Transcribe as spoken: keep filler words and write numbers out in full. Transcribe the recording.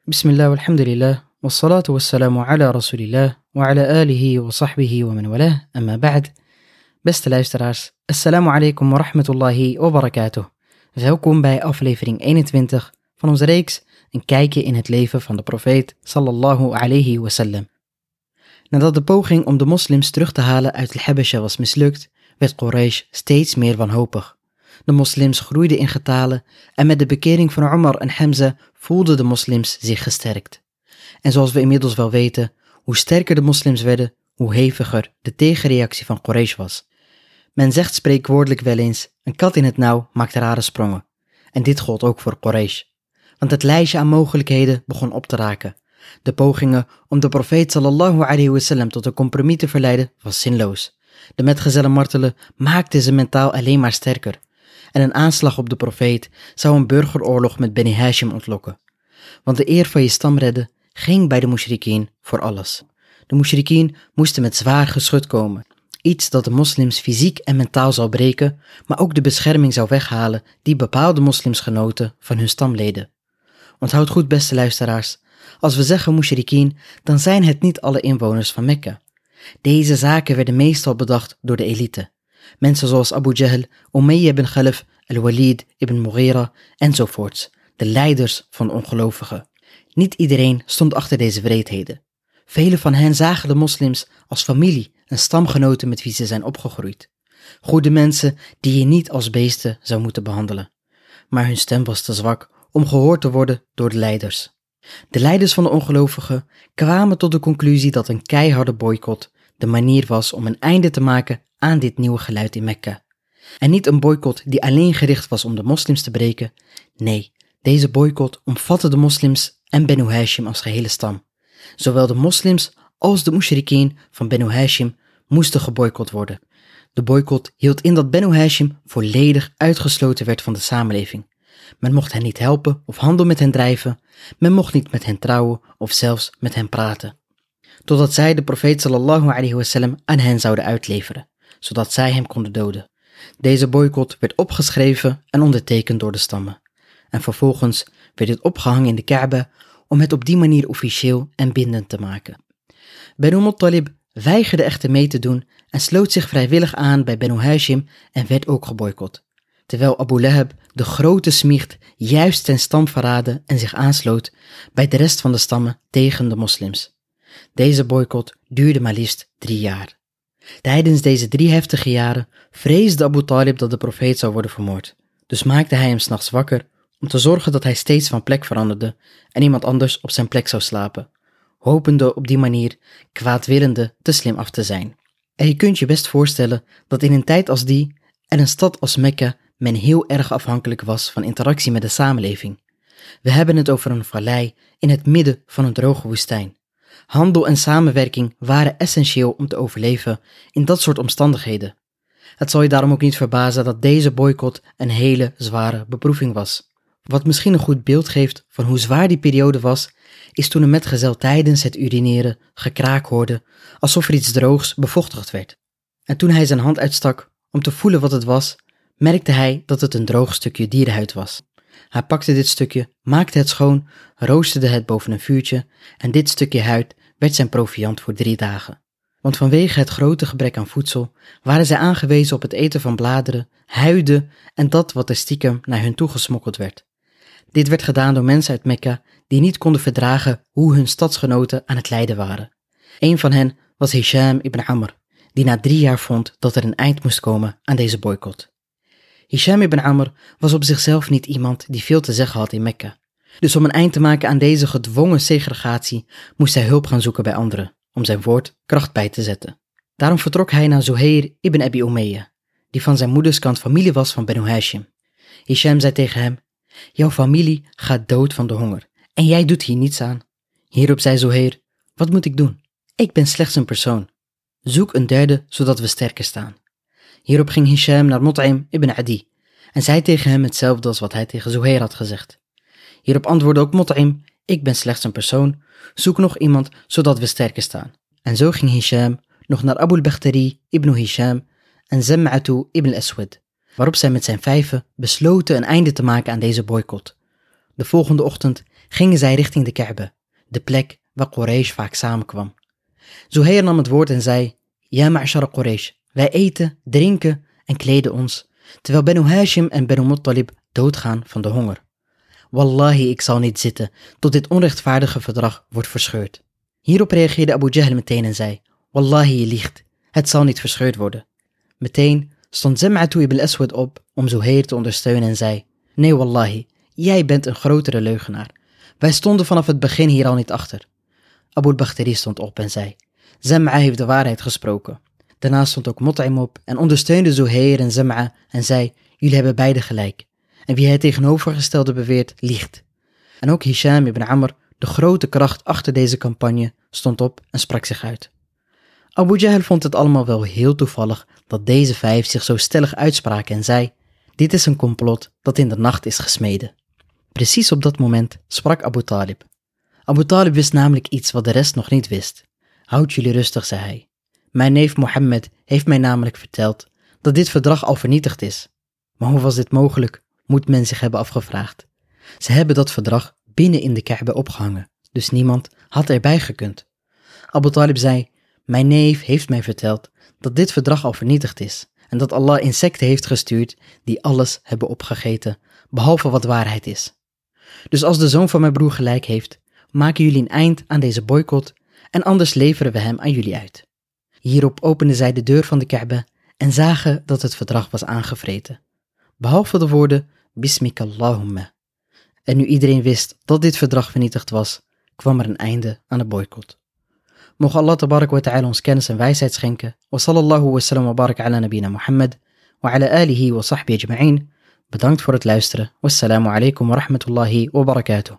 Bismillah, walhamdulillah, wassalatu wassalamu ala rasulillah, wa ala alihi wa sahbihi wa man walah, amma ba'd. Beste luisteraars, assalamu alaikum wa rahmatullahi wa barakatuh. Welkom bij aflevering eenentwintig van onze reeks Een kijkje in het leven van de profeet sallallahu alayhi wasallam. Nadat de poging om de moslims terug te halen uit Al-Habasha was mislukt, werd Quraysh steeds meer wanhopig. De moslims groeiden in getalen en met de bekering van Umar en Hamza voelden de moslims zich gesterkt. En zoals we inmiddels wel weten, hoe sterker de moslims werden, hoe heviger de tegenreactie van Quraysh was. Men zegt spreekwoordelijk wel eens, een kat in het nauw maakt rare sprongen. En dit gold ook voor Quraysh. Want het lijstje aan mogelijkheden begon op te raken. De pogingen om de profeet sallallahu alayhi wasallam tot een compromis te verleiden was zinloos. De metgezellen martelen maakten ze mentaal alleen maar sterker. En een aanslag op de profeet zou een burgeroorlog met Beni Hashim ontlokken. Want de eer van je stam redden ging bij de mushrikeen voor alles. De mushrikeen moesten met zwaar geschut komen. Iets dat de moslims fysiek en mentaal zou breken, maar ook de bescherming zou weghalen die bepaalde moslims genoten van hun stamleden. Onthoud goed, beste luisteraars, als we zeggen mushrikeen, dan zijn het niet alle inwoners van Mekka. Deze zaken werden meestal bedacht door de elite. Mensen zoals Abu Jahl, Umayya ibn Khalaf, Al-Walid ibn Mughira enzovoorts, de leiders van de ongelovigen. Niet iedereen stond achter deze wreedheden. Velen van hen zagen de moslims als familie en stamgenoten met wie ze zijn opgegroeid. Goede mensen die je niet als beesten zou moeten behandelen. Maar hun stem was te zwak om gehoord te worden door de leiders. De leiders van de ongelovigen kwamen tot de conclusie dat een keiharde boycott de manier was om een einde te maken aan dit nieuwe geluid in Mekka. En niet een boycott die alleen gericht was om de moslims te breken. Nee, deze boycott omvatte de moslims en Benu Hashim als gehele stam. Zowel de moslims als de mushrikeen van Benu Hashim moesten geboycott worden. De boycott hield in dat Benu Hashim volledig uitgesloten werd van de samenleving. Men mocht hen niet helpen of handel met hen drijven. Men mocht niet met hen trouwen of zelfs met hen praten. Totdat zij de profeet sallallahu alayhi wasallam aan hen zouden uitleveren, zodat zij hem konden doden. Deze boycott werd opgeschreven en ondertekend door de stammen. En vervolgens werd het opgehangen in de Kaaba om het op die manier officieel en bindend te maken. Benu Muttalib weigerde echter mee te doen en sloot zich vrijwillig aan bij Benu Hashim en werd ook geboycott. Terwijl Abu Lahab, de grote smiecht, juist zijn stam verraadde en zich aansloot bij de rest van de stammen tegen de moslims. Deze boycott duurde maar liefst drie jaar. Tijdens deze drie heftige jaren vreesde Abu Talib dat de profeet zou worden vermoord. Dus maakte hij hem 's nachts wakker om te zorgen dat hij steeds van plek veranderde en iemand anders op zijn plek zou slapen, hopende op die manier kwaadwillende te slim af te zijn. En je kunt je best voorstellen dat in een tijd als die en een stad als Mekka men heel erg afhankelijk was van interactie met de samenleving. We hebben het over een vallei in het midden van een droge woestijn. Handel en samenwerking waren essentieel om te overleven in dat soort omstandigheden. Het zal je daarom ook niet verbazen dat deze boycott een hele zware beproeving was. Wat misschien een goed beeld geeft van hoe zwaar die periode was, is toen een metgezel tijdens het urineren gekraak hoorde, alsof er iets droogs bevochtigd werd. En toen hij zijn hand uitstak om te voelen wat het was, merkte hij dat het een droog stukje dierenhuid was. Hij pakte dit stukje, maakte het schoon, roosterde het boven een vuurtje en dit stukje huid werd zijn proviand voor drie dagen. Want vanwege het grote gebrek aan voedsel waren zij aangewezen op het eten van bladeren, huiden en dat wat er stiekem naar hun toe gesmokkeld werd. Dit werd gedaan door mensen uit Mekka die niet konden verdragen hoe hun stadsgenoten aan het lijden waren. Een van hen was Hisham ibn Amr, die na drie jaar vond dat er een eind moest komen aan deze boycott. Hisham ibn Amr was op zichzelf niet iemand die veel te zeggen had in Mekka. Dus om een eind te maken aan deze gedwongen segregatie moest hij hulp gaan zoeken bij anderen, om zijn woord kracht bij te zetten. Daarom vertrok hij naar Zuhair ibn Abi Umayya, die van zijn moederskant familie was van Benu Hashim. Hisham zei tegen hem: jouw familie gaat dood van de honger en jij doet hier niets aan. Hierop zei Zuhair: wat moet ik doen? Ik ben slechts een persoon. Zoek een derde, zodat we sterker staan. Hierop ging Hisham naar Mut'im ibn Adi en zei tegen hem hetzelfde als wat hij tegen Zuhair had gezegd. Hierop antwoordde ook Mut'im: ik ben slechts een persoon, zoek nog iemand, zodat we sterker staan. En zo ging Hisham nog naar Abu al-Bakhtari ibn Hisham en Zam'atu ibn al-Aswad, waarop zij met zijn vijven besloten een einde te maken aan deze boycott. De volgende ochtend gingen zij richting de Kaaba, de plek waar Quraysh vaak samenkwam. Zuhair nam het woord en zei: Ja, ma'ashara Quraysh, wij eten, drinken en kleden ons, terwijl Banu Hashim en Banu Muttalib doodgaan van de honger. Wallahi, ik zal niet zitten tot dit onrechtvaardige verdrag wordt verscheurd. Hierop reageerde Abu Jahl meteen en zei: Wallahi, je liegt, het zal niet verscheurd worden. Meteen stond Zam'atu ibn al-Aswad op om Zuhair te ondersteunen en zei: Nee, wallahi, jij bent een grotere leugenaar. Wij stonden vanaf het begin hier al niet achter. Abu al-Bakhtari stond op en zei: Zam'a heeft de waarheid gesproken. Daarna stond ook Mut'im op en ondersteunde Zuhair en Zam'a en zei: Jullie hebben beide gelijk. En wie het tegenovergestelde beweert, liegt. En ook Hisham ibn Amr, de grote kracht achter deze campagne, stond op en sprak zich uit. Abu Jahl vond het allemaal wel heel toevallig dat deze vijf zich zo stellig uitspraken en zei: Dit is een complot dat in de nacht is gesmeden. Precies op dat moment sprak Abu Talib. Abu Talib wist namelijk iets wat de rest nog niet wist. Houd jullie rustig, zei hij. Mijn neef Mohammed heeft mij namelijk verteld dat dit verdrag al vernietigd is. Maar hoe was dit mogelijk, moet men zich hebben afgevraagd. Ze hebben dat verdrag binnen in de Kaaba opgehangen, dus niemand had erbij gekund. Abu Talib zei: Mijn neef heeft mij verteld dat dit verdrag al vernietigd is en dat Allah insecten heeft gestuurd die alles hebben opgegeten, behalve wat waarheid is. Dus als de zoon van mijn broer gelijk heeft, maken jullie een eind aan deze boycott en anders leveren we hem aan jullie uit. Hierop openden zij de deur van de Kaaba en zagen dat het verdrag was aangevreten, behalve de woorden Bismika Allahumma. En nu iedereen wist dat dit verdrag vernietigd was, kwam er een einde aan de boycott. Mogen Allah tabarak wa ta'ala ons kennis en wijsheid schenken. Wa sallallahu wa sallam wa barak ala nabina Muhammad wa ala alihi wa sahbihi ajma'in. Bedankt voor het luisteren. Wassalamu alaikum wa rahmatullahi wa barakatuh.